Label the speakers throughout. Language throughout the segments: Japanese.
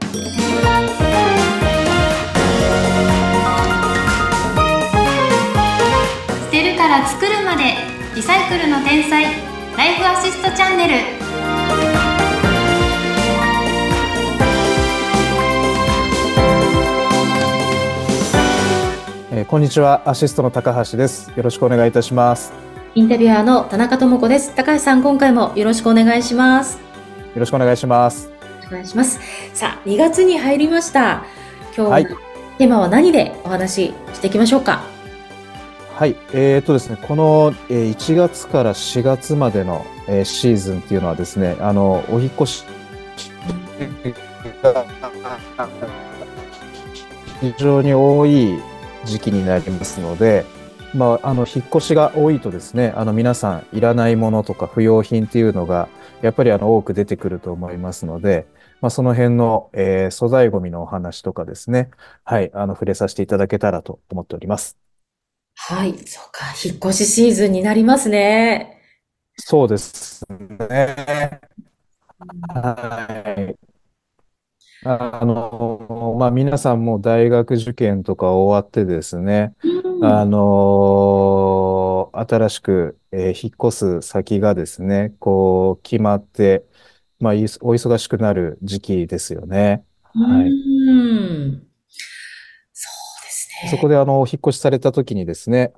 Speaker 1: 捨てるから作るまで、リサイクルの天才ライフアシストチャンネル。
Speaker 2: こんにちは、アシストの高橋です。よろしくお願いいたします。
Speaker 3: インタビュアーの田中智子です。高橋さん、今回もよろしくお願いします。
Speaker 2: よろしくお願いします。
Speaker 3: お願いします。さあ、2月に入りました。今日、
Speaker 2: はい、
Speaker 3: テーマは何でお話ししていきましょうか。
Speaker 2: はい、ですね、この1月から4月までのシーズンっていうのはですね、お引っ越しが非常に多い時期になりますので、引っ越しが多いとですね、皆さんいらないものとか不要品っていうのがやっぱり多く出てくると思いますので、その辺の、素材ゴミのお話とかですね、はい、触れさせていただけたらと思っております。
Speaker 3: はい、そうか、引っ越しシーズンになりますね。
Speaker 2: そうですね。はい。皆さんも大学受験とか終わってですね、
Speaker 3: うん、
Speaker 2: 新しく、引っ越す先がですね、こう、決まって、お忙しくなる時期ですよね。
Speaker 3: う
Speaker 2: はい。
Speaker 3: ん、そうですね。
Speaker 2: そこで、お引っ越しされた時にですね、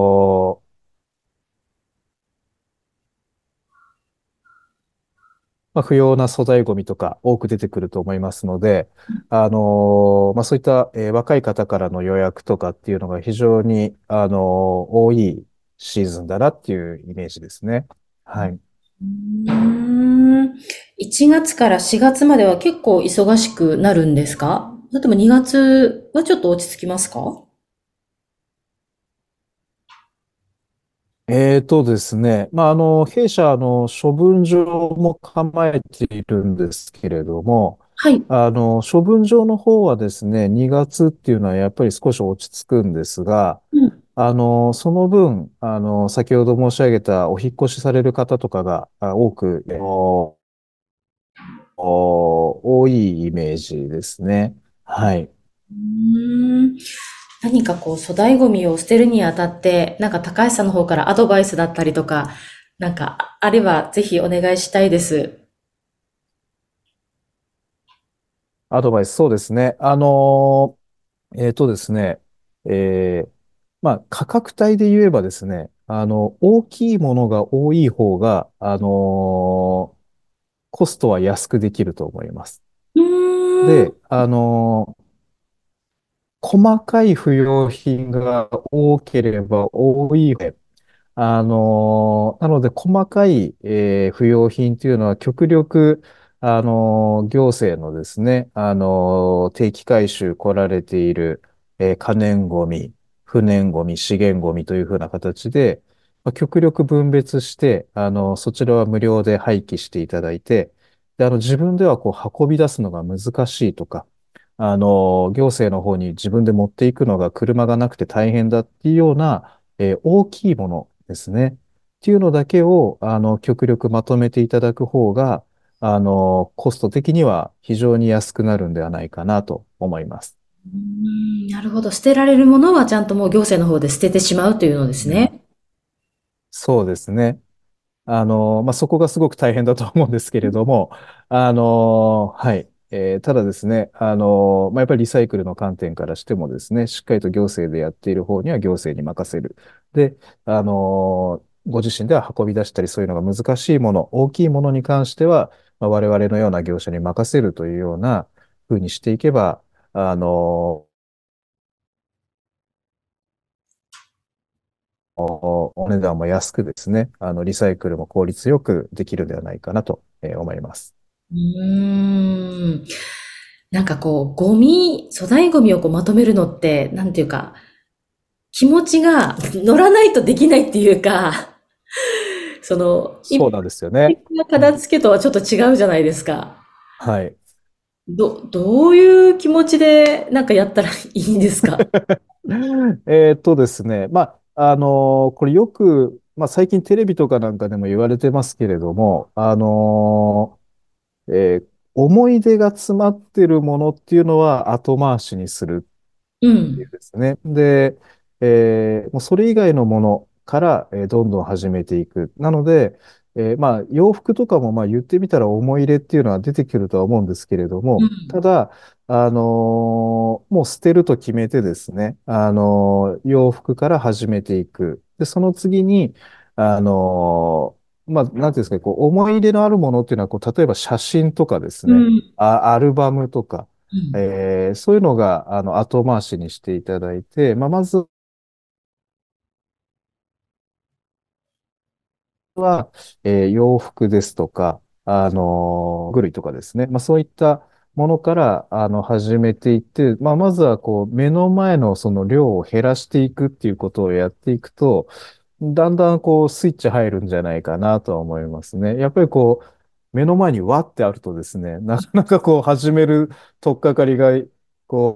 Speaker 2: 不要な素材ゴミとか多く出てくると思いますので、そういった、若い方からの予約とかっていうのが非常に、多いシーズンだなっていうイメージですね。はい。
Speaker 3: 1月から4月までは結構忙しくなるんですか？それとも2月はちょっと落ち着きますか？
Speaker 2: ですね。弊社、処分場も構えているんですけれども、
Speaker 3: はい。
Speaker 2: 処分場の方はですね、2月っていうのはやっぱり少し落ち着くんですが、
Speaker 3: うん。
Speaker 2: その分、先ほど申し上げたお引っ越しされる方とかが多く、多いイメージですね。はい。
Speaker 3: 何かこう粗大ゴミを捨てるにあたって、なんか高橋さんの方からアドバイスだったりとか、なんかあればぜひお願いしたいです。
Speaker 2: アドバイス、そうですね。ですね、えー価格帯で言えばですね、大きいものが多い方が、コストは安くできると思います。
Speaker 3: うーん。
Speaker 2: で、細かい不要品が多ければ多い方なので、細かい、不要品というのは極力、行政のですね、定期回収来られている、可燃ごみ、不燃ごみ、資源ごみというふうな形で、極力分別して、そちらは無料で廃棄していただいて、で、自分ではこう運び出すのが難しいとか、行政の方に自分で持っていくのが車がなくて大変だっていうような、大きいものですね。っていうのだけを、極力まとめていただく方が、コスト的には非常に安くなるんではないかなと思います。
Speaker 3: なるほど。捨てられるものはちゃんともう行政の方で捨ててしまうというのです
Speaker 2: うん、
Speaker 3: ね。
Speaker 2: そうですね。そこがすごく大変だと思うんですけれども、はい。ただですね、やっぱりリサイクルの観点からしてもですね、しっかりと行政でやっている方には行政に任せる。で、ご自身では運び出したりそういうのが難しいもの、大きいものに関しては、我々のような業者に任せるというような風にしていけば、あのお値段も安くですね、リサイクルも効率よくできるんではないかなと思います。
Speaker 3: うーん。なんかこう、粗大ゴミをこうまとめるのって、なんていうか、気持ちが乗らないとできないっていうか、一般
Speaker 2: そうなんですよね。
Speaker 3: 的な片付けとはちょっと違うじゃないですか。
Speaker 2: はい。
Speaker 3: どういう気持ちでなんかやったらいいんですか？
Speaker 2: ですね。これよく、最近テレビとかなんかでも言われてますけれども、 思い出が詰まってるものっていうのは後回しにするっていう
Speaker 3: うん。
Speaker 2: ですね。で、もうそれ以外のものから、どんどん始めていく。なので、まあ、洋服とかも、まあ、言ってみたら思い入れっていうのは出てくるとは思うんですけれども、
Speaker 3: うん。
Speaker 2: ただ、もう捨てると決めてですね、洋服から始めていく。で、その次に、まあ、なんていうんですかね、こう、思い入れのあるものっていうのは、こう、例えば写真とかですね、
Speaker 3: うん。
Speaker 2: アルバムとか、
Speaker 3: うん。
Speaker 2: そういうのが、後回しにしていただいて、まあ、まずは、洋服ですとか、具類とかですね。まあ、そういったものから、始めていって、まあ、まずは、こう、目の前のその量を減らしていくっていうことをやっていくと、だんだん、こう、スイッチ入るんじゃないかなとは思いますね。やっぱりこう、目の前にわってあるとですね、なかなかこう、始める取っかかりが、こ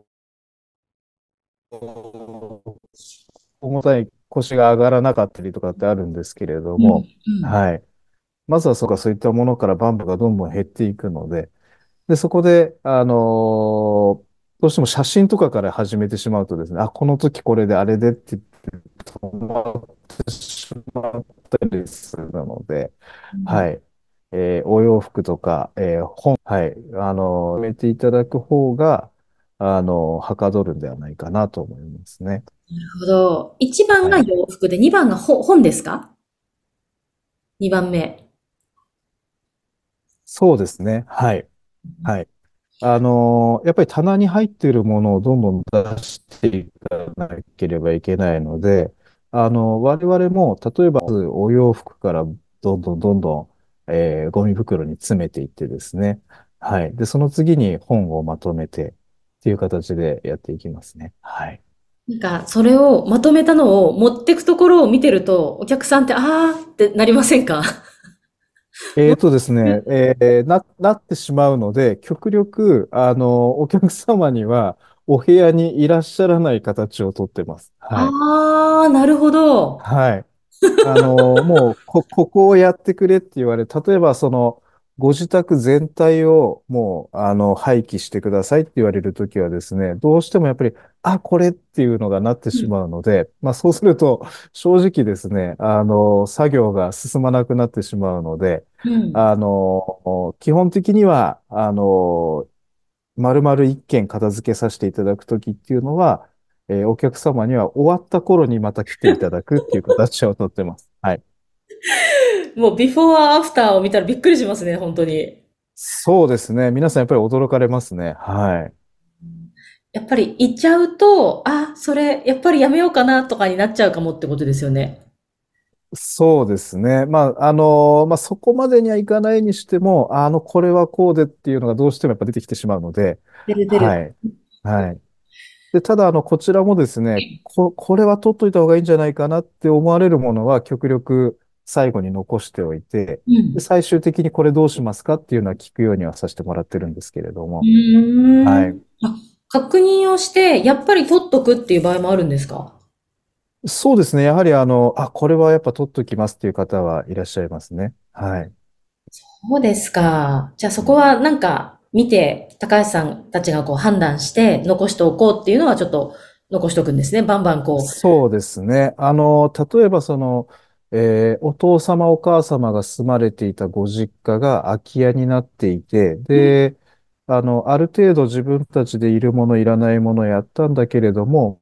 Speaker 2: う、重たい腰が上がらなかったりとかってあるんですけれど
Speaker 3: うん。
Speaker 2: も、はい。まずはそういったものからバンプがどんどん減っていくので、で、そこで、どうしても写真とかから始めてしまうとですね、あ、この時これであれでって言って止まってしまったりするので、
Speaker 3: うん。
Speaker 2: はい。お洋服とか、本、はい。決めていただく方が、はかどるんではないかなと思いますね。
Speaker 3: なるほど。1番が
Speaker 2: はい。
Speaker 3: 洋服で、2番が本ですか？ 2 番目。
Speaker 2: そうですね。はい。はい。やっぱり棚に入っているものをどんどん出していかなければいけないので、我々も、例えば、お洋服からどんどん、ゴミ袋に詰めていってですね。はい。で、その次に本をまとめてっていう形でやっていきますね。はい。
Speaker 3: なんか、それをまとめたのを持ってくところを見てると、お客さんって、あーってなりませんか？持って
Speaker 2: ですね、なってしまうので、極力、お客様にはお部屋にいらっしゃらない形をとってます。はい。
Speaker 3: あー、なるほど。
Speaker 2: はい。もうここをやってくれって言われ、例えばご自宅全体をもう、廃棄してくださいって言われるときはですね、どうしてもやっぱり、あ、これっていうのがなって
Speaker 3: うん。
Speaker 2: しまうので、まあそうすると、正直ですね、作業が進まなくなってしまうので、
Speaker 3: うん。
Speaker 2: 基本的には、丸々一件片付けさせていただくときっていうのは、お客様には終わった頃にまた来ていただくっていう形をとってます。はい。
Speaker 3: もう、ビフォーアフターを見たらびっくりしますね、本当に。
Speaker 2: そうですね。皆さんやっぱり驚かれますね。はい。
Speaker 3: やっぱり行っちゃうと、あ、それ、やっぱりやめようかなとかになっちゃうかもってことですよね。
Speaker 2: そうですね。まあ、まあ、そこまでにはいかないにしても、これはこうでっていうのがどうしてもやっぱ出てきてしまうので、
Speaker 3: 出る出る。
Speaker 2: はい。はい。で、ただ、こちらもですね、これは取っといた方がいいんじゃないかなって思われるものは、極力最後に残しておいて、で、
Speaker 3: うん。
Speaker 2: 最終的にこれどうしますかっていうのは聞くようにはさせてもらってるんですけれど
Speaker 3: う
Speaker 2: も。はい。
Speaker 3: ーん。あ、確認をして、やっぱり取っとくっていう場合もあるんですか？
Speaker 2: そうですね。やはりこれはやっぱ取っときますっていう方はいらっしゃいますね。はい。
Speaker 3: そうですか。じゃあそ
Speaker 2: うん。
Speaker 3: こはなんか見て、高橋さんたちがこう判断して残しておこうっていうのはちょっと残しておくんですね。バンバンこ
Speaker 2: そうですね。例えばお父様お母様が住まれていたご実家が空き家になっていて、
Speaker 3: う。うん。
Speaker 2: で、ある程度自分たちでいるものいらないものをやったんだけれども、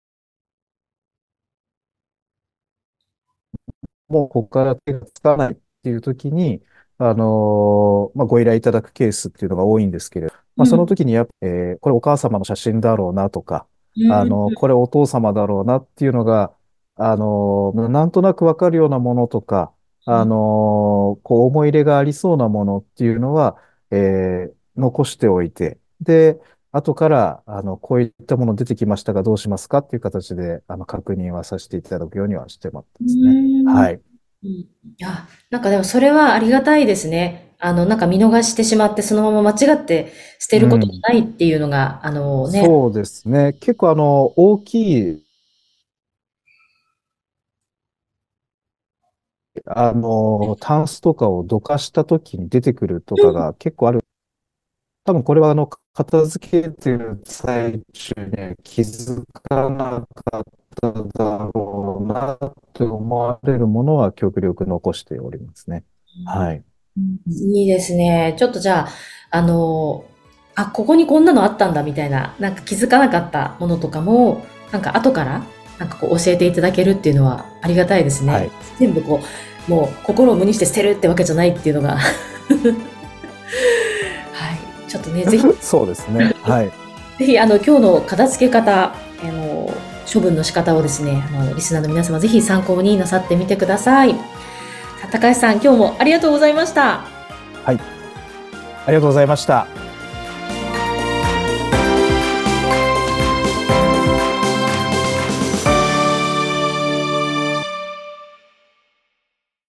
Speaker 2: もうここから手がつかないっていう時に、まあ、ご依頼いただくケースっていうのが多いんですけれど、まあ、そ
Speaker 3: うん。
Speaker 2: の時にこれお母様の写真だろうなとか、
Speaker 3: うん。
Speaker 2: これお父様だろうなっていうのが、なんとなくわかるようなものとか、こう思い入れがありそうなものっていうのは、残しておいて、で、後から、こういったもの出てきましたがどうしますかっていう形で、確認はさせていただくようにはしてま
Speaker 3: う
Speaker 2: すね。
Speaker 3: ーん。
Speaker 2: はい。
Speaker 3: うん。あ、なんかでもそれはありがたいですね。なんか見逃してしまってそのまま間違って捨てることが
Speaker 2: うん。
Speaker 3: ないっていうのが、ね。
Speaker 2: そうですね。結構大きい、タンスとかをどかした時に出てくるとかが結構ある。 多分これは片付けてる最中に気づかなかっただろうなって思われるものは極力残しておりますね。はい。
Speaker 3: いいですね。ちょっとじゃあ、ここにこんなのあったんだみたいな、なんか気づかなかったものとかも、なんか後から、なんかこう教えていただけるっていうのはありがたいですね。
Speaker 2: はい。
Speaker 3: 全部こう、もう心を無にして捨てるってわけじゃないっていうのが。はい。ちょっとね、ぜひ、
Speaker 2: そうですね。はい。
Speaker 3: ぜひ、今日の片付け方、処分の仕方をですね、リスナーの皆様ぜひ参考になさってみてください。さあ高橋さん、今日もありがとうございました。
Speaker 2: はい。ありがとうございました。